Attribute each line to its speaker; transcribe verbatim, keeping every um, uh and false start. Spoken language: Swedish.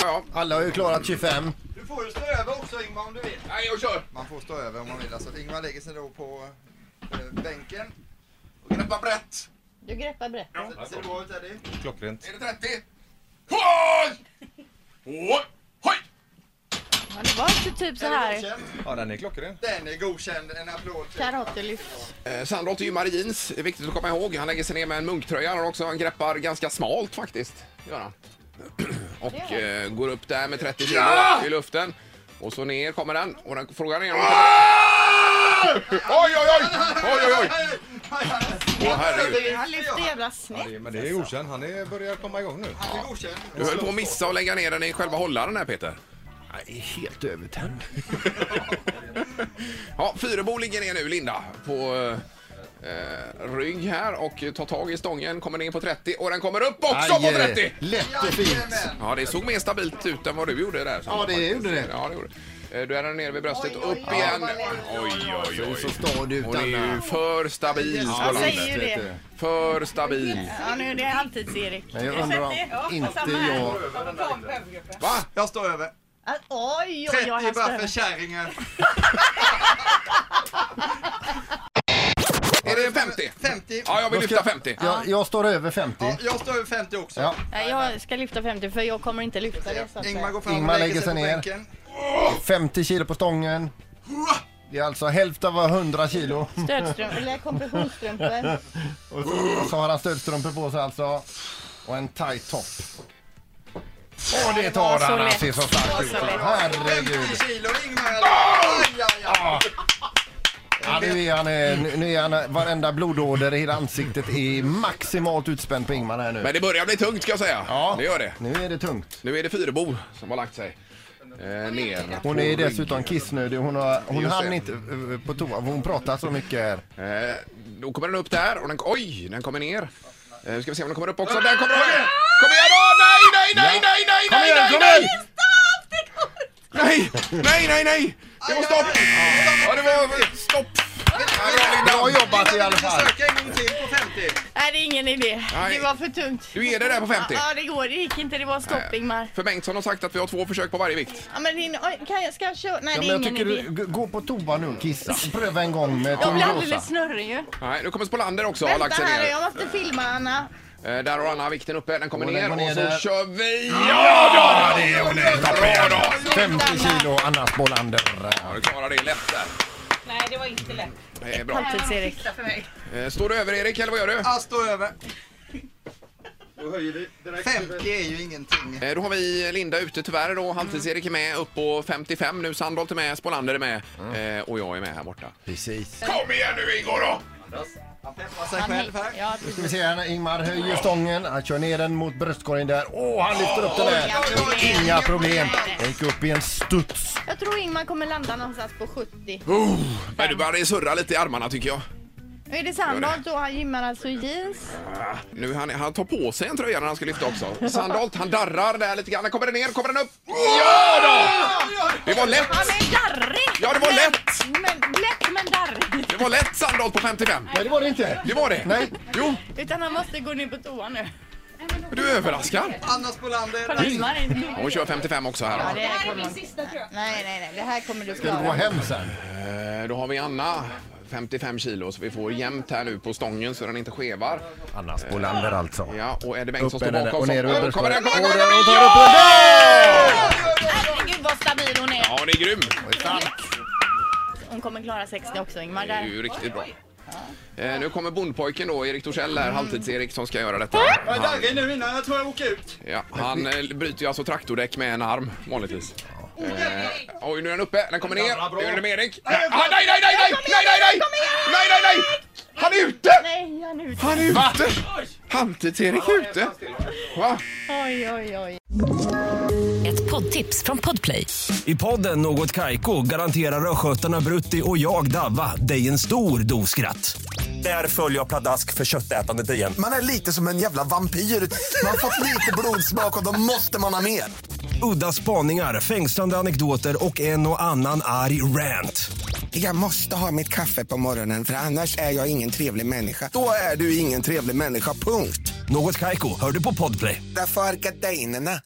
Speaker 1: ja.
Speaker 2: Alla har ju klarat tjugofem.
Speaker 3: Du får ju stå över också, Ingmar, om du vill.
Speaker 1: Nej, jag kör.
Speaker 3: Man får stå över om man vill. Alltså, Ingmar lägger sig då på eh, bänken.
Speaker 1: Och greppa brett.
Speaker 4: Du greppar brett.
Speaker 3: Ja. Ser det bra ut, Eddie?
Speaker 5: Klockrent.
Speaker 1: Är det trettio? Hoj! Hoj! Hoj!
Speaker 4: Ja, det var inte typ så
Speaker 3: Är det
Speaker 4: här
Speaker 3: godkänd?
Speaker 5: Ja, den är klockren.
Speaker 3: Den är godkänd. En applåd till.
Speaker 4: karatelyft.
Speaker 1: Eh, Sandholt gymmar i jeans, det är viktigt att komma ihåg. Han lägger sig ner med en munktröja han också. Han greppar ganska smalt faktiskt. Gör han. Och eh, går upp där med trettio kilo
Speaker 3: Ja!
Speaker 1: i luften. Och så ner kommer den. Och den frågar ner. Oj, oj, oj! Oj, oj, oj! Åh, herregud.
Speaker 4: Han lyfter jävla
Speaker 5: Ja,
Speaker 4: snett.
Speaker 5: det, men det är godkänt. Han är, börjar komma igång nu.
Speaker 3: Han är godkänd.
Speaker 1: Du höll på att missa och lägga ner den i själva hållaren här, Peter.
Speaker 2: Jag är helt övertänd.
Speaker 1: Ja, Fyrebo ligger ner nu, Linda, på eh, rygg här och tar tag i stången, kommer ner på trettio och den kommer upp också
Speaker 2: Aj,
Speaker 1: på trettio!
Speaker 2: lätt och fint.
Speaker 3: Jajamän.
Speaker 1: Ja, det såg mer stabilt ut än vad du gjorde där.
Speaker 2: Ja, det gjorde det.
Speaker 1: Ja, det gjorde det. Eh, Du är där nere vid bröstet,
Speaker 4: Oj, oj,
Speaker 1: upp
Speaker 4: oj,
Speaker 1: igen.
Speaker 4: vad lätt.
Speaker 1: Oj, oj,
Speaker 2: Så
Speaker 1: oj.
Speaker 2: så står du
Speaker 1: Hon är ju
Speaker 2: utan...
Speaker 1: för stabil,
Speaker 4: Jag
Speaker 1: Spolander.
Speaker 4: säger ju det.
Speaker 1: För stabil.
Speaker 4: Ja, nu är det halvtids-Erik.
Speaker 2: Men jag undrar om inte jag...
Speaker 1: Va?
Speaker 3: Jag står över.
Speaker 4: Ah, Oj, oj, oj,
Speaker 3: trettio
Speaker 4: han
Speaker 3: bara
Speaker 4: står
Speaker 3: för kärringen.
Speaker 1: Är det femtio?
Speaker 3: femtio.
Speaker 1: Ja, jag vill lyfta femtio.
Speaker 2: Jag, jag står över femtio.
Speaker 3: Ja, jag står över femtio också.
Speaker 2: Ja.
Speaker 4: Nej, jag ska lyfta femtio för jag kommer inte lyfta det. Så att
Speaker 3: Ingmar går fram
Speaker 2: Ingmar
Speaker 3: och
Speaker 2: lägger sig
Speaker 3: på
Speaker 2: ner.
Speaker 3: bänken.
Speaker 2: femtio kilo på stången. Det är alltså hälften av hundra kilo.
Speaker 4: Stödstrump, eller kompressionsstrumpor.
Speaker 2: Och så, och så har han stödstrumpor på sig alltså. Och en tight top. Och det tar
Speaker 4: så
Speaker 2: han, han
Speaker 4: lätt.
Speaker 2: ser så stark ut.
Speaker 4: Det var så lätt.
Speaker 2: Herregud.
Speaker 3: femtio kilo, Ingmar. Aj, aj, aj.
Speaker 2: Ja, nu är han, eh, nu är han, varenda blodåder i hela ansiktet är maximalt utspänd på Ingmar här nu.
Speaker 1: Men det börjar bli tungt, ska jag säga.
Speaker 2: Ja.
Speaker 1: Det gör det.
Speaker 2: Nu är det tungt.
Speaker 1: Nu är det Fyrebo som har lagt sig. Eh, ner.
Speaker 2: Hon är dessutom kissnödig. Hon, har, hon
Speaker 1: Just
Speaker 2: hann
Speaker 1: det.
Speaker 2: inte eh, på toa. Hon pratar så mycket här.
Speaker 1: Eh, då kommer den upp där och den, oj, den kommer ner. Eh, nu ska vi se om den kommer upp också. Den kommer upp. Kom igen då! Nej, nej, nej, nej, nej,
Speaker 2: Kom
Speaker 1: nej,
Speaker 2: igen,
Speaker 1: nej,
Speaker 2: kom
Speaker 1: nej!
Speaker 2: igen!
Speaker 1: Nej, nej, nej, nej! Det var stopp! Ja, det var stopp!
Speaker 2: Bra jobbat i alla fall.
Speaker 3: Söka en gång till på femtio.
Speaker 4: Nej, det är ingen idé.
Speaker 1: Nej.
Speaker 4: Det var för tungt.
Speaker 1: Du är det där på femtio.
Speaker 4: Ja, det går. Det gick inte. Det var stopp, Ingmar.
Speaker 1: För Bengtsson har sagt att vi har två försök på varje vikt.
Speaker 4: Ja, men din, oj, kan jag, ska jag köra? Nej,
Speaker 2: Ja,
Speaker 4: det
Speaker 2: men
Speaker 4: är
Speaker 2: jag
Speaker 4: ingen
Speaker 2: tycker
Speaker 4: idé.
Speaker 2: du, g- gå på toa nu och kissa. Pröva en gång med
Speaker 4: Jag blir
Speaker 2: Tungrosa.
Speaker 4: alldeles snurrig ju.
Speaker 1: Nej, nu kommer Spolander också och har
Speaker 4: Vänta
Speaker 1: lagt sig
Speaker 4: här,
Speaker 1: ner.
Speaker 4: jag måste filma Anna.
Speaker 1: Eh, där har Anna vikten uppe, den kommer
Speaker 2: Och
Speaker 1: ner,
Speaker 2: den går ner
Speaker 1: och så
Speaker 2: där.
Speaker 1: kör vi! Ja då! Det är hon är bra då!
Speaker 2: femtio kilo Anna Spolander.
Speaker 1: Ja, du klarar det lätt där.
Speaker 6: Nej, det var inte lätt.
Speaker 1: Det är bra.
Speaker 4: Halvtids-Erik.
Speaker 6: För mig.
Speaker 1: Eh, står du över, Erik, eller vad gör du?
Speaker 3: Jag står över. Då höjer vi direkt. femtio är ju ingenting.
Speaker 1: Eh, då har vi Linda ute tyvärr då. Halvtids-Erik är med upp på femtiofem nu. Sandholt är med, Spolander är med eh, och jag är med här borta.
Speaker 2: Precis.
Speaker 1: Kom igen nu, Ingo då!
Speaker 3: Han peppar sig själv här.
Speaker 4: Ja,
Speaker 2: Nu ska vi se här, Ingmar höjer stången. Han kör ner den mot bröstkorgen där. Åh, han lyfter upp den där. Inga problem. Den gick upp i en studs.
Speaker 4: jag tror Ingmar kommer landa någonstans på sjuttio.
Speaker 1: Oh, men du börjar surra lite i armarna tycker jag.
Speaker 4: Nu är det Sandholt och han gymmar alltså i jeans.
Speaker 1: Nu han, han tar på sig en tröja när han ska lyfta också. Sandholt, han darrar där lite grann. Kommer den ner? Kommer den upp? Ja då! Det var lätt!
Speaker 4: Han är darrig!
Speaker 1: Ja, det var
Speaker 4: Men-
Speaker 1: lätt.
Speaker 4: Men, lätt men darrig.
Speaker 1: Det var lätt, Sandholt på femtiofem.
Speaker 2: Nej, det var det inte.
Speaker 1: Det var det?
Speaker 2: Nej.
Speaker 1: Jo,
Speaker 4: Utan han måste gå ner på toa nu.
Speaker 1: du överraskar.
Speaker 3: Anna Spolander.
Speaker 4: Kolla, Ingmar är inte lugn.
Speaker 1: Hon kör femtiofem också här.
Speaker 4: Ja, det
Speaker 6: Det här är
Speaker 4: kommer
Speaker 6: min
Speaker 4: hon.
Speaker 6: sista, tror jag.
Speaker 4: Nej, nej, nej. Det här kommer du
Speaker 2: Ska du gå
Speaker 4: klara.
Speaker 2: hem sen?
Speaker 1: Eh, Då har vi Anna, femtiofem kilo, så vi får jämnt här nu på stången så den inte skevar.
Speaker 2: Anna Spolander alltså.
Speaker 1: Ja, och Eddie Bengtsson
Speaker 2: Upp
Speaker 1: står
Speaker 2: med den
Speaker 1: bakom.
Speaker 2: och ner över
Speaker 1: Åh, kommer den, kommer den,
Speaker 2: bröstkorgen.
Speaker 1: kommer den!
Speaker 2: Och tar upp den.
Speaker 1: Ja!
Speaker 4: Herregud vad stabil hon är.
Speaker 1: Ja, det är grym.
Speaker 4: Hon kommer klara sextio också, Ingmar.
Speaker 1: Det är
Speaker 4: Där.
Speaker 1: ju riktigt bra. Eh, nu kommer bondpojken då, Erik Torssell här, halvtids-Erik som ska göra detta.
Speaker 3: Jag är darrig nu innan jag tror jag åker ut.
Speaker 1: Ja, han eh, bryter ju alltså traktordäck med en arm, vanligtvis. Eh, oj, nu är den uppe, den kommer ner. Nu är det med Erik. Ah, nej, nej, nej, nej, nej, nej, nej, nej, nej, nej, nej! Han är ute!
Speaker 4: Nej, han är ute.
Speaker 1: Han är ute! Halvtids-Erik är ute. Va?
Speaker 4: Oj, oj, oj.
Speaker 7: Ett poddtips från Podplay.
Speaker 8: I podden Något Kaiko garanterar östgötarna Brutti och jag Davva dig en stor dos skratt. Där följer jag pladask för köttätandet igen.
Speaker 9: Man är lite som en jävla vampyr. Man har fått lite blodsmak och då måste man ha mer.
Speaker 8: Udda spaningar, fängslande anekdoter och en och annan arg rant.
Speaker 9: Jag måste ha mitt kaffe på morgonen för annars är jag ingen trevlig människa. Då är du ingen trevlig människa, punkt.
Speaker 8: Något Kaiko, hör du på Podplay.
Speaker 9: Därför är gardinerna.